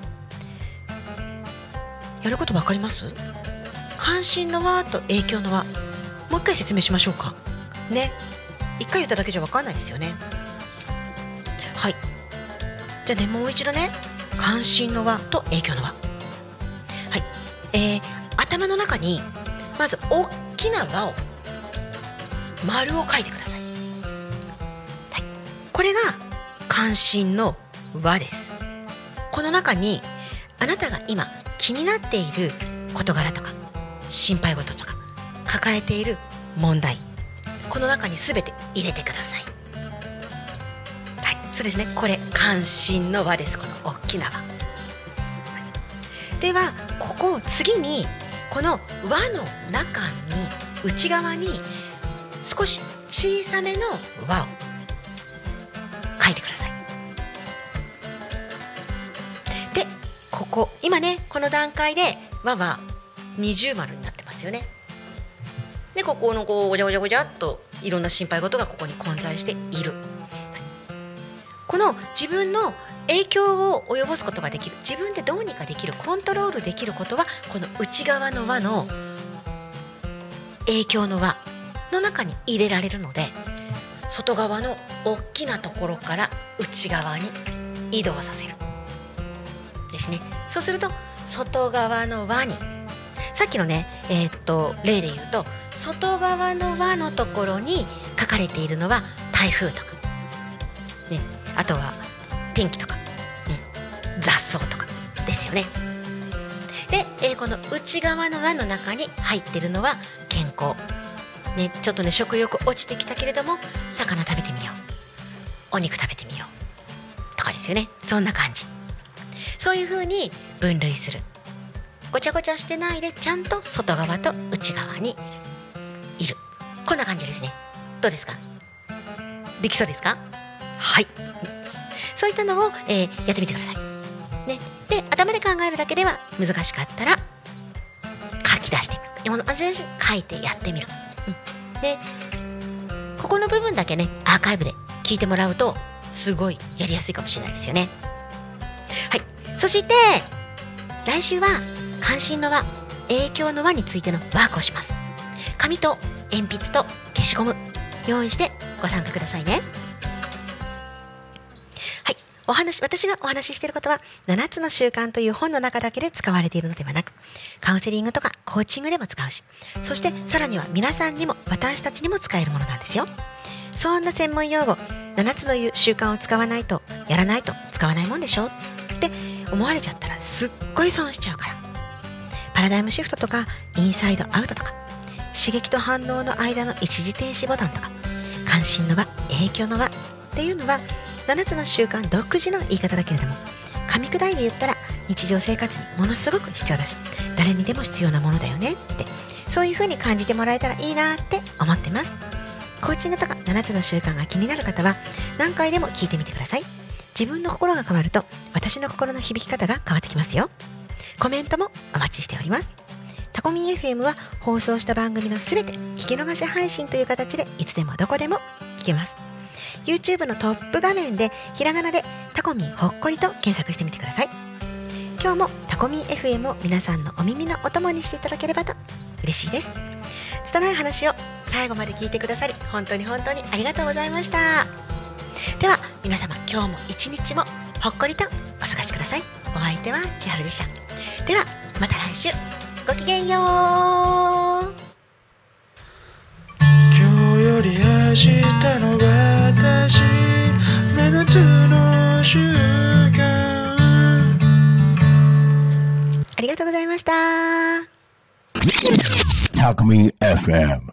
やることわかります？関心の輪と影響の輪、もう一回説明しましょうかね。一回言っただけじゃわかんないですよね。はい、じゃあね、もう一度ね、関心の輪と影響の輪。はい、 頭の中にまず大きな輪を丸を描いてください。はい、これが関心の輪です。この中にあなたが今気になっている事柄とか心配事とか抱えている問題、この中に全て入れてください。はい、そうですね。これ関心の輪です。この大きな輪。はい、ではここを次にこの輪の中に内側に少し小さめの輪を描いてください。でここ今ねこの段階で輪は二重丸になってますよね。でここのこうごちゃごちゃごちゃっといろんな心配事がここに混在している。この自分の影響を及ぼすことができる、自分でどうにかできる、コントロールできることはこの内側の輪の影響の輪の中に入れられるので、外側の大きなところから内側に移動させるですね。そうすると外側の輪に、さっきのね例で言うと外側の輪のところに書かれているのは台風とか、ね、あとは天気とか、雑草とかですよね。で、この内側の輪の中に入っているのは健康、ね、ちょっとね食欲落ちてきたけれども魚食べてみよう、お肉食べてみようとかですよね。そんな感じ。そういう風に分類する。ごちゃごちゃしてないでちゃんと外側と内側にいる。こんな感じですね。どうですか？できそうですか？はい。そういったのを、やってみてください。ね、で頭で考えるだけでは難しかったら書き出してみる。書いてやってみる。でここの部分だけねアーカイブで聞いてもらうとすごいやりやすいかもしれないですよね。はい。そして来週は関心の輪、影響の輪についてのワークをします。紙と鉛筆と消しゴム用意してご参加くださいね。はい。私がお話ししていることは7つの習慣という本の中だけで使われているのではなく、カウンセリングとかコーチングでも使うし、そしてさらには皆さんにも私たちにも使えるものなんですよ。そんな専門用語7つの習慣を使わないとやらないと使わないもんでしょって思われちゃったらすっごい損しちゃうから。パラダイムシフトとかインサイドアウトとか刺激と反応の間の一時停止ボタンとか関心の輪、影響の輪っていうのは7つの習慣独自の言い方だけれども、噛み砕いて言ったら日常生活にものすごく必要だし誰にでも必要なものだよねって、そういう風に感じてもらえたらいいなって思ってます。コーチングとか7つの習慣が気になる方は何回でも聞いてみてください。自分の心が変わると私の心の響き方が変わってきますよ。コメントもお待ちしております。タコミン FM は放送した番組のすべて聞き逃し配信という形でいつでもどこでも聞けます。 YouTube のトップ画面でひらがなでタコミンほっこりと検索してみてください。今日もタコミン FM を皆さんのお耳のお供にしていただければと嬉しいです。拙い話を最後まで聞いてくださり本当に本当にありがとうございました。では皆様今日も一日もほっこりとお過ごしください。お相手は千春でした。ではまた来週、ごきげんよう。 今日より明日の私、7つの習慣。 ありがとうございました。 Talk Me FM